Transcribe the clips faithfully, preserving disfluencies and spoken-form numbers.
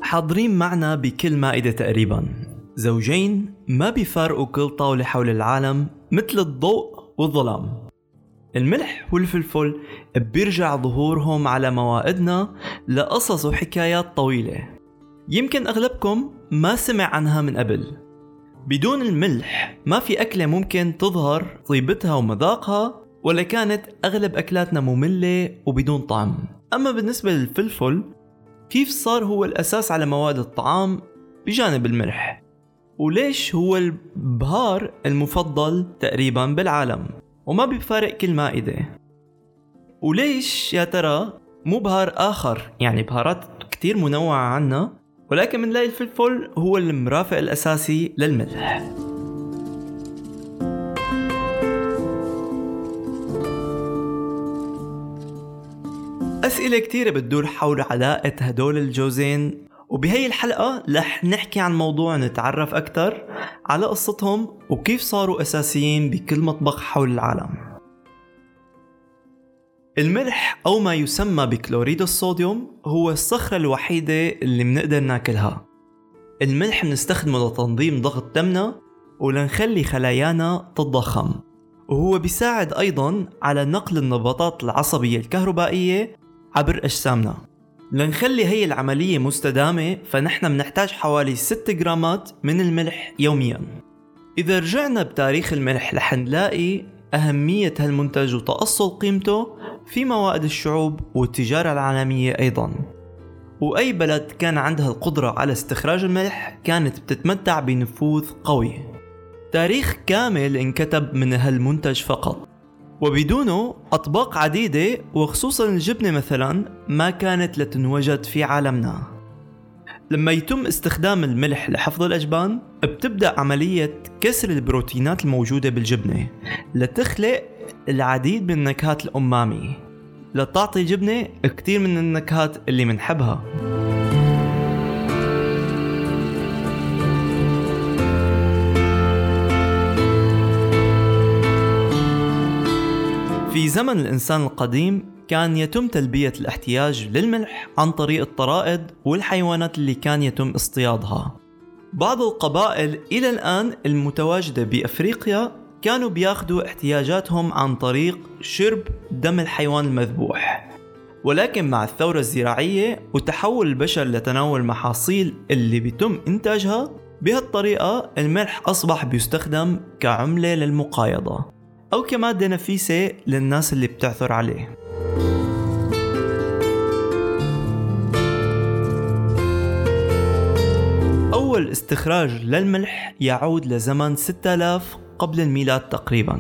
حاضرين معنا بكل مائدة تقريبا زوجين ما بيفارقوا كل طاولة حول العالم مثل الضوء والظلام. الملح والفلفل بيرجع ظهورهم على موائدنا لقصص وحكايات طويلة يمكن أغلبكم ما سمع عنها من قبل. بدون الملح ما في أكلة ممكن تظهر طيبتها ومذاقها، ولا كانت أغلب أكلاتنا مملة وبدون طعم. أما بالنسبة للفلفل كيف صار هو الأساس على مواد الطعام بجانب الملح؟ وليش هو البهار المفضل تقريبا بالعالم وما بيفارق كل مائدة؟ وليش يا ترى مو بهار آخر؟ يعني بهارات كتير منوعة عنا، ولكن منلاقي الفلفل هو المرافق الأساسي للملح. أسئلة كتيرة بتدور حول علاقة هدول الجوزين، وبهي الحلقة رح نحكي عن موضوع نتعرف أكتر على قصتهم وكيف صاروا أساسيين بكل مطبخ حول العالم. الملح أو ما يسمى بكلوريد الصوديوم هو الصخرة الوحيدة اللي منقدر ناكلها. الملح منستخدمه لتنظيم ضغط دمنا ولنخلي خلايانا تتضخم، وهو بيساعد أيضا على نقل النبضات العصبية الكهربائية عبر أجسامنا. لنخلي هي العملية مستدامة فنحن منحتاج حوالي ستة جرامات من الملح يوميا. إذا رجعنا بتاريخ الملح رح نلاقي أهمية هالمنتج وتأصل قيمته في موائد الشعوب والتجارة العالمية أيضا. وأي بلد كان عندها القدرة على استخراج الملح كانت بتتمتع بنفوذ قوي. تاريخ كامل انكتب من هالمنتج فقط، وبدونه أطباق عديدة وخصوصا الجبنة مثلا ما كانت لتنوجد في عالمنا. لما يتم استخدام الملح لحفظ الأجبان بتبدأ عملية كسر البروتينات الموجودة بالجبنة لتخلق العديد من النكهات الأمامي لتعطي جبنة كتير من النكهات اللي منحبها. في زمن الإنسان القديم كان يتم تلبية الاحتياج للملح عن طريق الطرائد والحيوانات اللي كان يتم اصطيادها. بعض القبائل إلى الآن المتواجدة بأفريقيا كانوا بياخدوا احتياجاتهم عن طريق شرب دم الحيوان المذبوح، ولكن مع الثورة الزراعية وتحول البشر لتناول محاصيل اللي بيتم إنتاجها بهالطريقة الملح أصبح بيستخدم كعملة للمقايضة أو كمادة نفيسة للناس اللي بتعثر عليه. أول استخراج للملح يعود لزمن ستة آلاف قبل الميلاد تقريبا.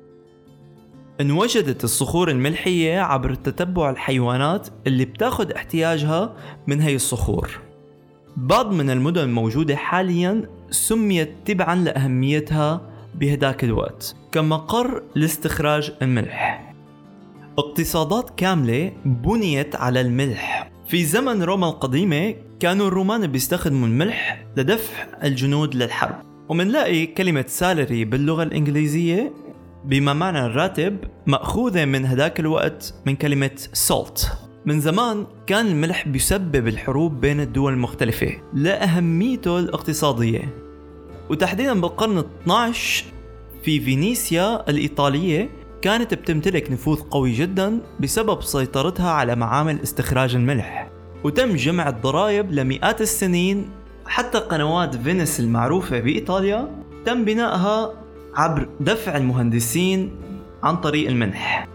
انوجدت الصخور الملحية عبر تتبع الحيوانات اللي بتاخد احتياجها من هاي الصخور. بعض من المدن الموجودة حاليا سميت تبعا لأهميتها بهداك الوقت كمقر لاستخراج الملح. اقتصادات كاملة بنيت على الملح. في زمن روما القديمة كانوا الرومان بيستخدموا الملح لدفع الجنود للحرب، ومنلاقي كلمة سالري باللغة الإنجليزية بما معنى الراتب مأخوذة من هداك الوقت من كلمة salt. من زمان كان الملح بيسبب الحروب بين الدول المختلفة لأهميته الاقتصادية، وتحديدا بالقرن الاثني عشر في فينيسيا الإيطالية كانت بتمتلك نفوذ قوي جدا بسبب سيطرتها على معامل استخراج الملح، وتم جمع الضرائب لمئات السنين. حتى قنوات فينيس المعروفة بإيطاليا تم بنائها عبر دفع المهندسين عن طريق الملح.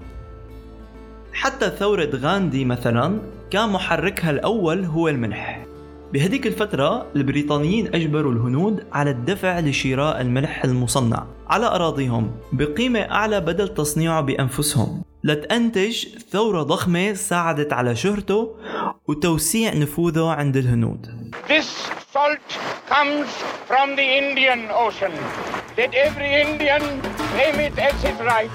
حتى ثورة غاندي مثلا كان محركها الأول هو الملح. بهديك الفترة البريطانيين أجبروا الهنود على الدفع لشراء الملح المصنع على أراضيهم بقيمة أعلى بدل تصنيعه بأنفسهم، لتنتج ثورة ضخمة ساعدت على شهرته وتوسيع نفوذه عند الهنود. This salt comes from the Indian Ocean. Let every Indian claim it as his right.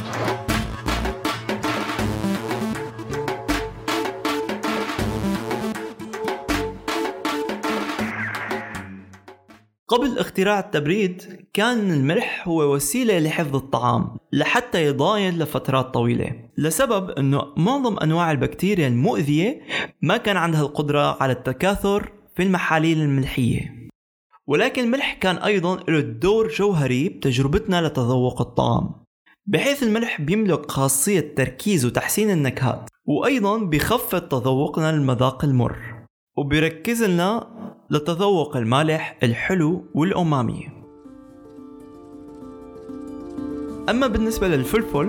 قبل اختراع التبريد كان الملح هو وسيلة لحفظ الطعام لحتى يضاين لفترات طويلة، لسبب أنه معظم أنواع البكتيريا المؤذية ما كان عندها القدرة على التكاثر في المحاليل الملحية. ولكن الملح كان أيضا له دور جوهري بتجربتنا لتذوق الطعام، بحيث الملح بيملك خاصية تركيز وتحسين النكهات، وأيضا بيخفض تذوقنا للمذاق المر، وبيركز لنا لتذوق المالح الحلو والأمامي. أما بالنسبة للفلفل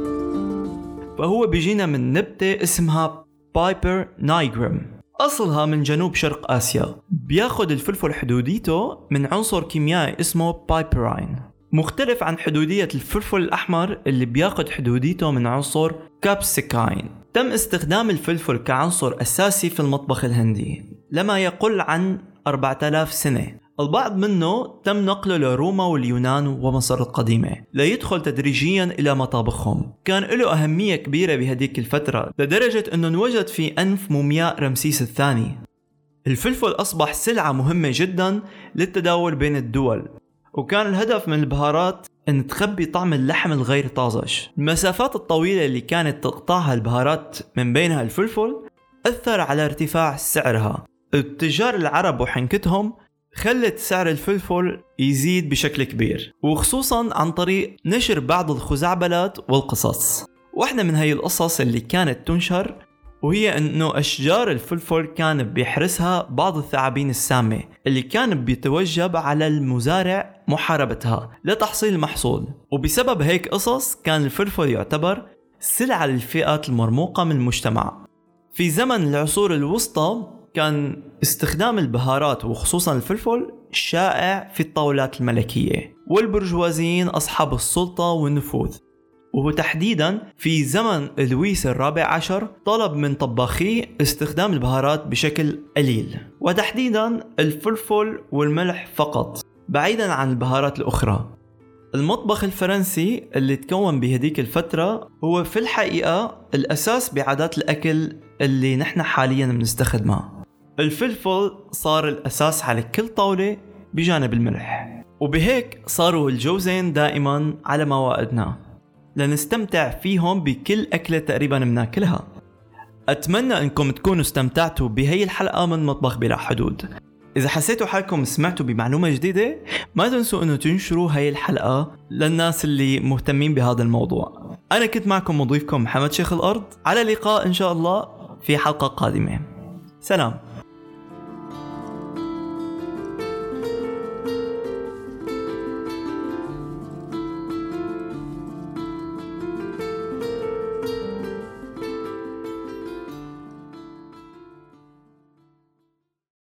فهو بيجينا من نبتة اسمها بايبر نايجرم، أصلها من جنوب شرق آسيا. بياخد الفلفل حدوديته من عنصر كيميائي اسمه بايبرين، مختلف عن حدودية الفلفل الأحمر اللي بياخد حدوديته من عنصر كابسيكاين. تم استخدام الفلفل كعنصر أساسي في المطبخ الهندي لما يقل عن أربعة آلاف سنة. البعض منه تم نقله لروما واليونان ومصر القديمة ليدخل تدريجيا إلى مطابخهم. كان له أهمية كبيرة بهديك الفترة لدرجة أنه انوجد في أنف مومياء رمسيس الثاني. الفلفل أصبح سلعة مهمة جدا للتداول بين الدول، وكان الهدف من البهارات أن تخبي طعم اللحم الغير طازج. المسافات الطويلة اللي كانت تقطعها البهارات من بينها الفلفل أثر على ارتفاع سعرها. التجار العرب وحنكتهم خلت سعر الفلفل يزيد بشكل كبير، وخصوصا عن طريق نشر بعض الخزعبلات والقصص. واحدة من هاي القصص اللي كانت تنشر وهي انه اشجار الفلفل كان بيحرسها بعض الثعابين السامة اللي كان بيتوجب على المزارع محاربتها لتحصيل المحصول، وبسبب هيك قصص كان الفلفل يعتبر سلعة للفئات المرموقة من المجتمع. في زمن العصور الوسطى كان استخدام البهارات وخصوصا الفلفل شائع في الطاولات الملكية والبرجوازيين أصحاب السلطة والنفوذ، وتحديدا في زمن لويس الرابع عشر طلب من طباخيه استخدام البهارات بشكل قليل، وتحديدا الفلفل والملح فقط بعيدا عن البهارات الأخرى. المطبخ الفرنسي اللي تكون بهديك الفترة هو في الحقيقة الأساس بعادات الأكل اللي نحن حاليا بنستخدمها. الفلفل صار الأساس على كل طاولة بجانب الملح، وبهيك صاروا الجوزين دائما على موائدنا لنستمتع فيهم بكل أكلة تقريبا بناكلها. أتمنى أنكم تكونوا استمتعتوا بهي الحلقة من مطبخ بلا حدود. إذا حسيتوا حالكم سمعتوا بمعلومة جديدة ما تنسوا أنه تنشروا هاي الحلقة للناس اللي مهتمين بهذا الموضوع. أنا كنت معكم مضيفكم محمد شيخ الأرض، على لقاء إن شاء الله في حلقة قادمة. سلام.